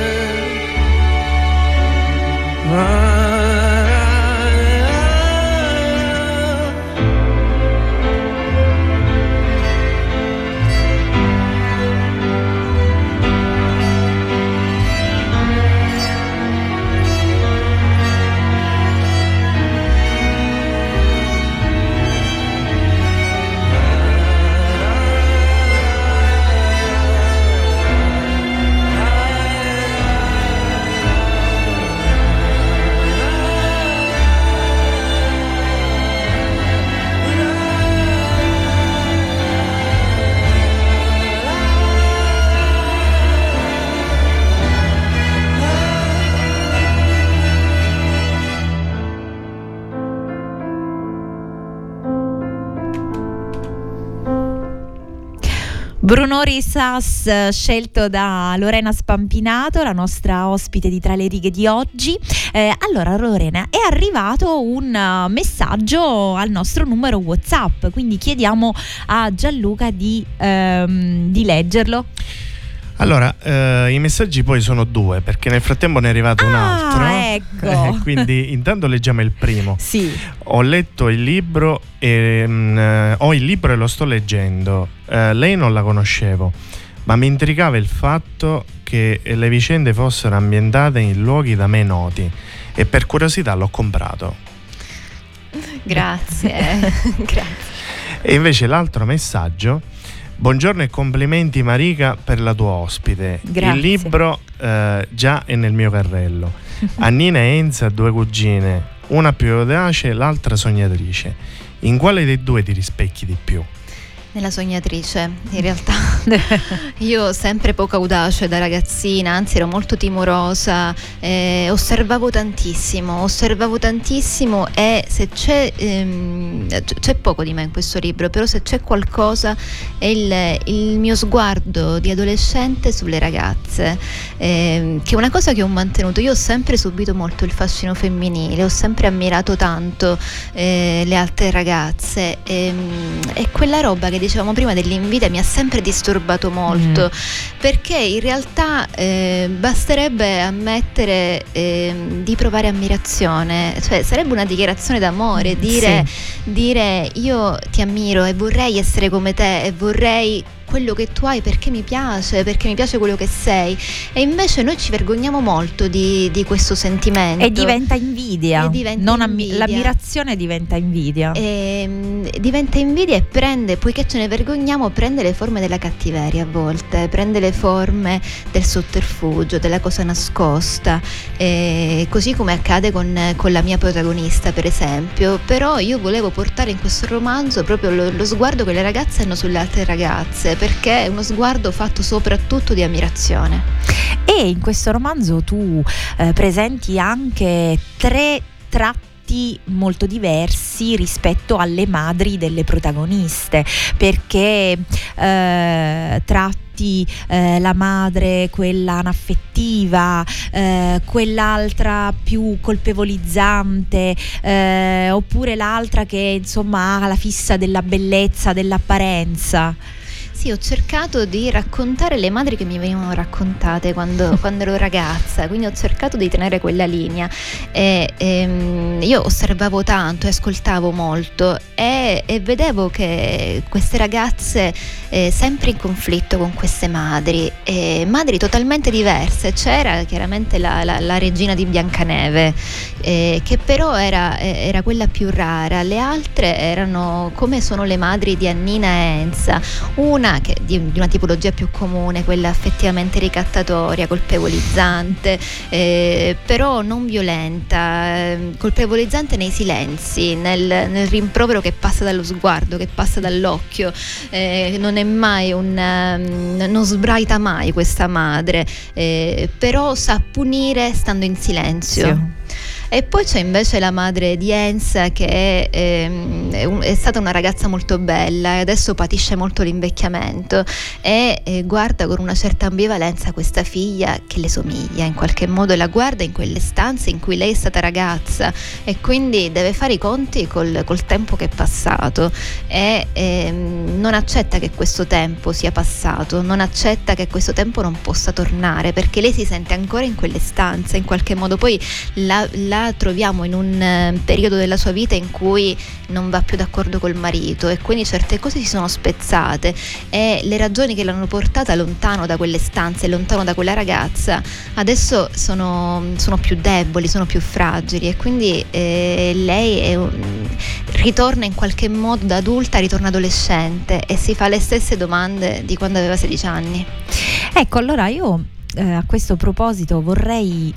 A: Bruno Risas, scelto da Lorena Spampinato, la nostra ospite di Tra le righe di oggi. Allora Lorena, è arrivato un messaggio al nostro numero WhatsApp, quindi chiediamo a Gianluca di leggerlo.
C: Allora, i messaggi poi sono due, perché nel frattempo ne è arrivato un altro.
A: Ecco.
C: Quindi intanto leggiamo il primo.
A: Sì.
C: Ho letto il libro e ho il libro e lo sto leggendo. Lei non la conoscevo, ma mi intrigava il fatto che le vicende fossero ambientate in luoghi da me noti e per curiosità l'ho comprato.
D: Grazie. Grazie.
C: E invece l'altro messaggio: buongiorno e complimenti Marica per la tua ospite.
A: Grazie.
C: Il libro già è nel mio carrello. Annina e Enza, due cugine, una più audace, l'altra sognatrice. In quale dei due ti rispecchi di più?
D: Nella sognatrice, in realtà. Io sempre poco audace da ragazzina, anzi ero molto timorosa, osservavo tantissimo e se c'è poco di me in questo libro, però se c'è qualcosa è il mio sguardo di adolescente sulle ragazze, che è una cosa che ho mantenuto. Io ho sempre subito molto il fascino femminile, ho sempre ammirato tanto le altre ragazze, e quella roba che che dicevamo prima dell'invidia mi ha sempre disturbato molto, perché in realtà basterebbe ammettere di provare ammirazione, cioè sarebbe una dichiarazione d'amore, dire io ti ammiro e vorrei essere come te e vorrei quello che tu hai perché mi piace quello che sei, e invece noi ci vergogniamo molto di questo sentimento
A: e diventa invidia, l'ammirazione diventa invidia,
D: e prende, poiché ce ne vergogniamo, prende le forme della cattiveria, a volte prende le forme del sotterfugio, della cosa nascosta, così come accade con la mia protagonista, per esempio. Però io volevo portare in questo romanzo proprio lo sguardo che le ragazze hanno sulle altre ragazze, perché è uno sguardo fatto soprattutto di ammirazione.
A: E in questo romanzo tu presenti anche 3 tratti molto diversi rispetto alle madri delle protagoniste, perché tratti la madre, quella anaffettiva, quell'altra più colpevolizzante, oppure l'altra che insomma ha la fissa della bellezza, dell'apparenza.
D: Sì, ho cercato di raccontare le madri che mi venivano raccontate quando ero ragazza, quindi ho cercato di tenere quella linea. Io osservavo tanto e ascoltavo molto e vedevo che queste ragazze sempre in conflitto con queste madri totalmente diverse. C'era chiaramente la regina di Biancaneve, che però era quella più rara. Le altre erano come sono le madri di Annina e Enza, una che di una tipologia più comune, quella effettivamente ricattatoria, colpevolizzante, però non violenta, colpevolizzante nei silenzi, nel rimprovero che passa dallo sguardo, che passa dall'occhio, non è mai non sbraita mai questa madre, però sa punire stando in silenzio. Sì. E poi c'è invece la madre di Enza, che è stata una ragazza molto bella e adesso patisce molto l'invecchiamento e guarda con una certa ambivalenza questa figlia che le somiglia in qualche modo, e la guarda in quelle stanze in cui lei è stata ragazza, e quindi deve fare i conti col tempo che è passato e non accetta che questo tempo sia passato, non accetta che questo tempo non possa tornare, perché lei si sente ancora in quelle stanze in qualche modo. Poi la troviamo in un periodo della sua vita in cui non va più d'accordo col marito, e quindi certe cose si sono spezzate, e le ragioni che l'hanno portata lontano da quelle stanze, lontano da quella ragazza, adesso sono più deboli, sono più fragili, e quindi lei ritorna in qualche modo da adulta, ritorna adolescente e si fa le stesse domande di quando aveva 16 anni.
A: Ecco, allora io a questo proposito vorrei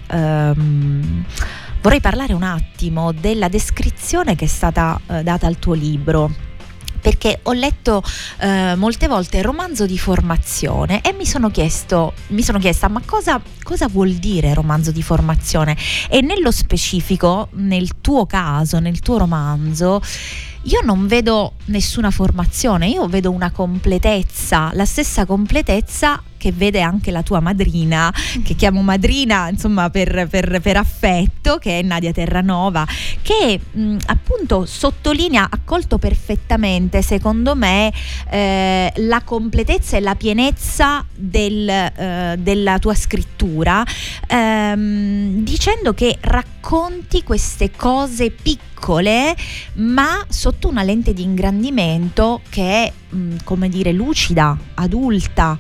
A: parlare un attimo della descrizione che è stata data al tuo libro, perché ho letto molte volte romanzo di formazione e mi sono chiesta ma cosa vuol dire romanzo di formazione, e nello specifico nel tuo caso, nel tuo romanzo, io non vedo nessuna formazione, io vedo una completezza, la stessa completezza che vede anche la tua madrina, che chiamo madrina insomma per affetto, che è Nadia Terranova, che appunto sottolinea, ha colto perfettamente secondo me la completezza e la pienezza della tua scrittura, dicendo che racconti queste cose piccole ma sotto una lente di ingrandimento che è come dire lucida, adulta.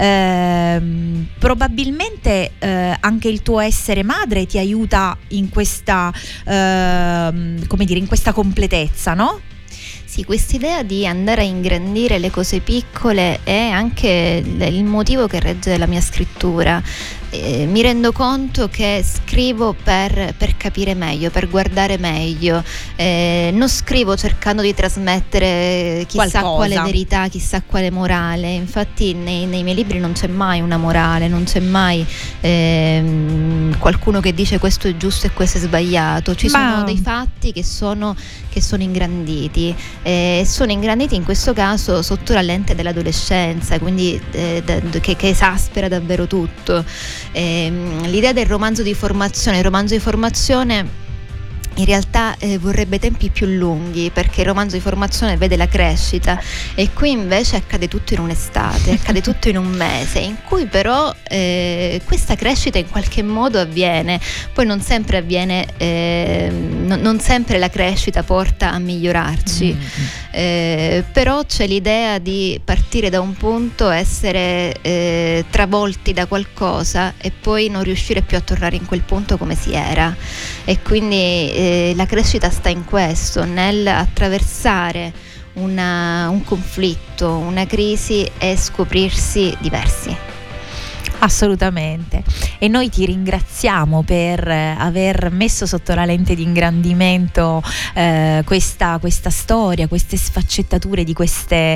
A: Probabilmente anche il tuo essere madre ti aiuta in questa come dire, in questa completezza, no?
D: Sì, quest'idea di andare a ingrandire le cose piccole è anche il motivo che regge la mia scrittura. Mi rendo conto che scrivo per capire meglio, per guardare meglio, non scrivo cercando di trasmettere chissà quale verità, chissà quale morale. Infatti nei miei libri non c'è mai una morale, non c'è mai qualcuno che dice questo è giusto e questo è sbagliato. Ci sono dei fatti che sono ingranditi, sono ingranditi in questo caso sotto la lente dell'adolescenza, quindi che esaspera davvero tutto. L'idea del romanzo di formazione, il romanzo di formazione in realtà vorrebbe tempi più lunghi, perché il romanzo di formazione vede la crescita, e qui invece accade tutto in un'estate, accade tutto in un mese, in cui però questa crescita in qualche modo avviene. Poi non sempre avviene, non sempre la crescita porta a migliorarci, però c'è l'idea di partire da un punto, essere travolti da qualcosa e poi non riuscire più a tornare in quel punto come si era, e quindi la crescita sta in questo, nel attraversare un conflitto, una crisi e scoprirsi diversi.
A: Assolutamente, e noi ti ringraziamo per aver messo sotto la lente di ingrandimento questa storia, queste sfaccettature di queste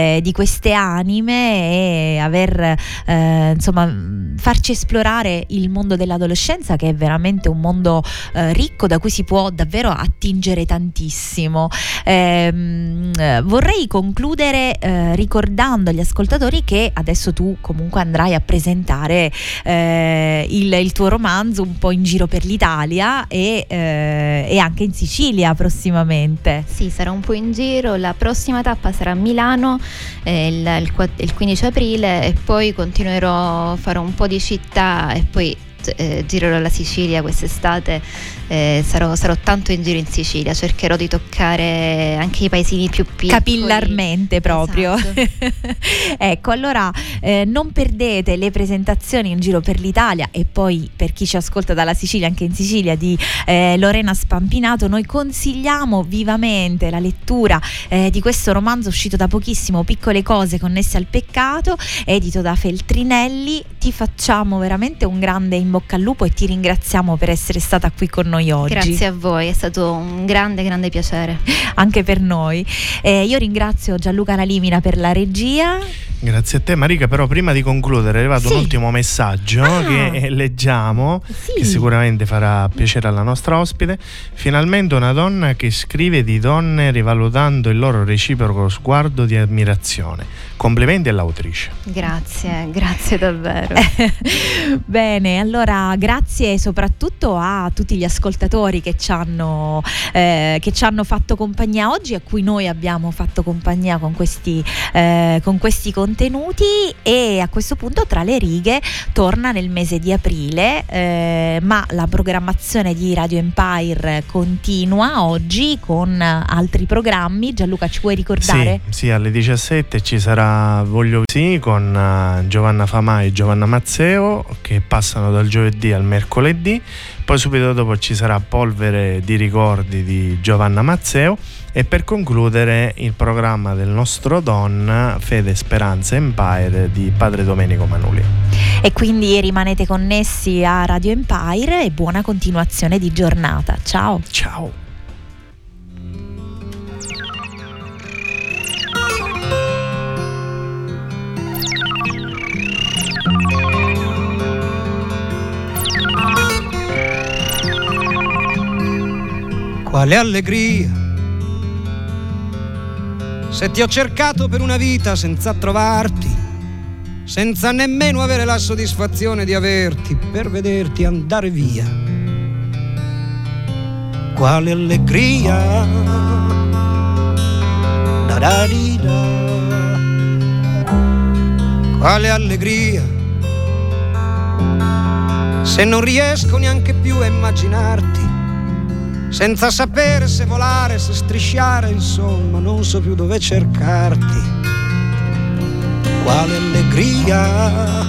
A: anime, e aver insomma farci esplorare il mondo dell'adolescenza, che è veramente un mondo ricco, da cui si può davvero attingere tantissimo. Vorrei concludere ricordando agli ascoltatori che adesso tu comunque andrai a presentare il tuo romanzo un po' in giro per l'Italia e anche in Sicilia prossimamente.
D: Sì, sarà un po' in giro. La prossima tappa sarà a Milano il 15 aprile, e poi continuerò, farò un po' di città e poi girerò la Sicilia quest'estate. Sarò tanto in giro in Sicilia, cercherò di toccare anche i paesini più piccoli,
A: capillarmente proprio.
D: Esatto.
A: Ecco, allora non perdete le presentazioni in giro per l'Italia, e poi per chi ci ascolta dalla Sicilia, anche in Sicilia, di Lorena Spampinato. Noi consigliamo vivamente la lettura di questo romanzo uscito da pochissimo, Piccole cose connesse al peccato, edito da Feltrinelli. Ti facciamo veramente un grande in bocca al lupo e ti ringraziamo per essere stata qui con noi oggi.
D: Grazie a voi, è stato un grande piacere.
A: Anche per noi. Io ringrazio Gianluca Lalimina per la regia.
C: Grazie a te, Marica. Però prima di concludere è arrivato un ultimo messaggio che leggiamo, che sicuramente farà piacere alla nostra ospite. Finalmente una donna che scrive di donne rivalutando il loro reciproco sguardo di ammirazione. Complimenti all'autrice.
D: Grazie davvero.
A: Bene, allora grazie soprattutto a tutti gli ascoltatori che ci hanno fatto compagnia oggi, a cui noi abbiamo fatto compagnia con questi contenuti, e a questo punto Tra le righe torna nel mese di aprile, ma la programmazione di Radio Empire continua oggi con altri programmi. Gianluca, ci vuoi ricordare?
C: Sì, alle 17 ci sarà Voglio Sì con Giovanna Famà e Giovanna Mazzeo, che passano dal giovedì al mercoledì. Poi subito dopo ci sarà Polvere di ricordi di Giovanna Mazzeo, e per concludere il programma del nostro Don, Fede, Speranza Empire di Padre Domenico Manuli.
A: E quindi rimanete connessi a Radio Empire e buona continuazione di giornata. Ciao.
I: Quale allegria, se ti ho cercato per una vita senza trovarti, senza nemmeno avere la soddisfazione di averti, per vederti andare via. Quale allegria, da da di da. Quale allegria, se non riesco neanche più a immaginarti, senza sapere se volare, se strisciare, insomma, non so più dove cercarti. Quale allegria,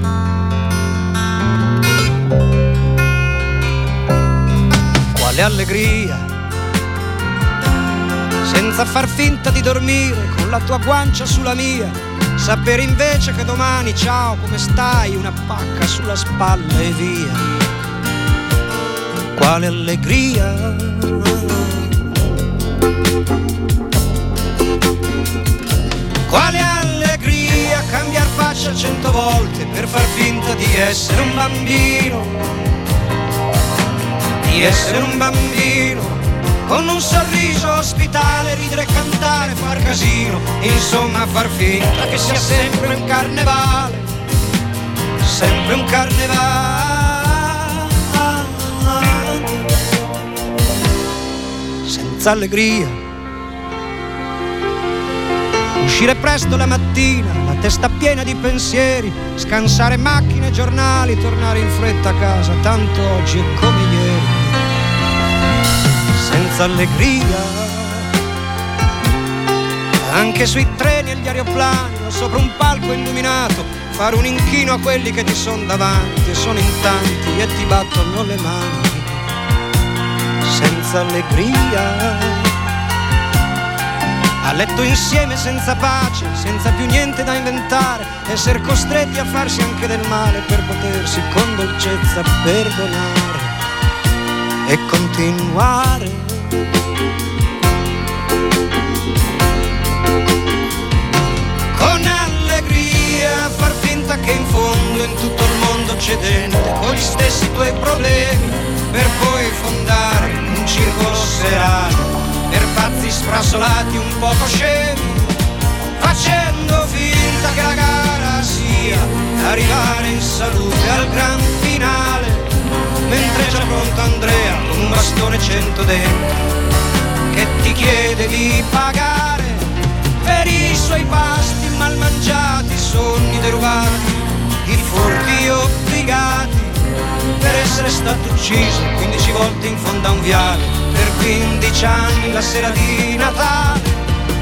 I: quale allegria, senza far finta di dormire con la tua guancia sulla mia, sapere invece che domani, ciao, come stai, una pacca sulla spalla e via. Quale allegria, quale allegria, cambiar faccia 100 volte per far finta di essere un bambino, di essere un bambino, con un sorriso ospitale, ridere, cantare, far casino, insomma far finta che sia sempre un carnevale, sempre un carnevale.
J: senza allegria. Uscire presto la mattina, la testa piena di pensieri, scansare macchine e giornali, tornare in fretta a casa, tanto oggi è come ieri. Senza allegria, anche sui treni e gli aeroplani, o sopra un palco illuminato, fare un inchino a quelli che ti sono davanti e sono in tanti e ti battono le mani. Senza allegria, a letto insieme senza pace, senza più niente da inventare, essere costretti a farsi anche del male per potersi con dolcezza perdonare e continuare. Con allegria far finta che in fondo in tutto il mondo c'è gente con gli stessi tuoi problemi, per poi fondare un circolo serale per pazzi sfrasolati un poco scemi, facendo finta che la gara sia arrivare in salute al gran finale, mentre è già pronto Andrea con un bastone 100 denti che ti chiede di pagare per i suoi pasti mal mangiati, sogni derubati, i furti obbligati, per essere stato ucciso 15 volte in fondo a un viale, per 15 anni la sera di Natale.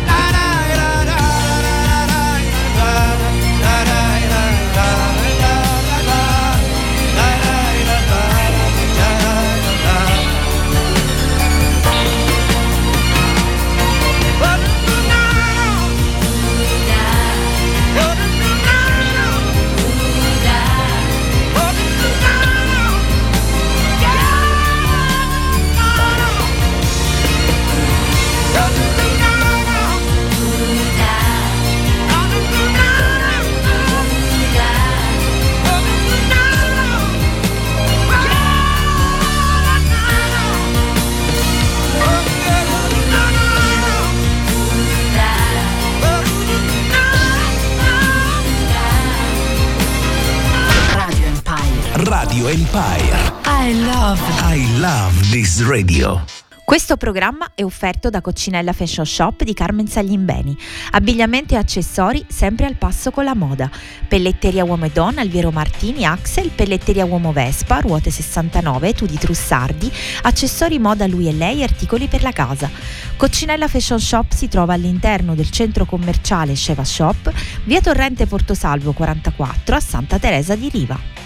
K: Radio Empire. I love this radio.
A: Questo programma è offerto da Coccinella Fashion Shop di Carmen Saglimbeni. Abbigliamento e accessori sempre al passo con la moda. Pelletteria uomo e donna, Alviero Martini, Axel, pelletteria uomo Vespa, ruote 69, Tudi Trussardi, accessori moda lui e lei, articoli per la casa. Coccinella Fashion Shop si trova all'interno del centro commerciale Sheva Shop, via Torrente Portosalvo 44 a Santa Teresa di Riva.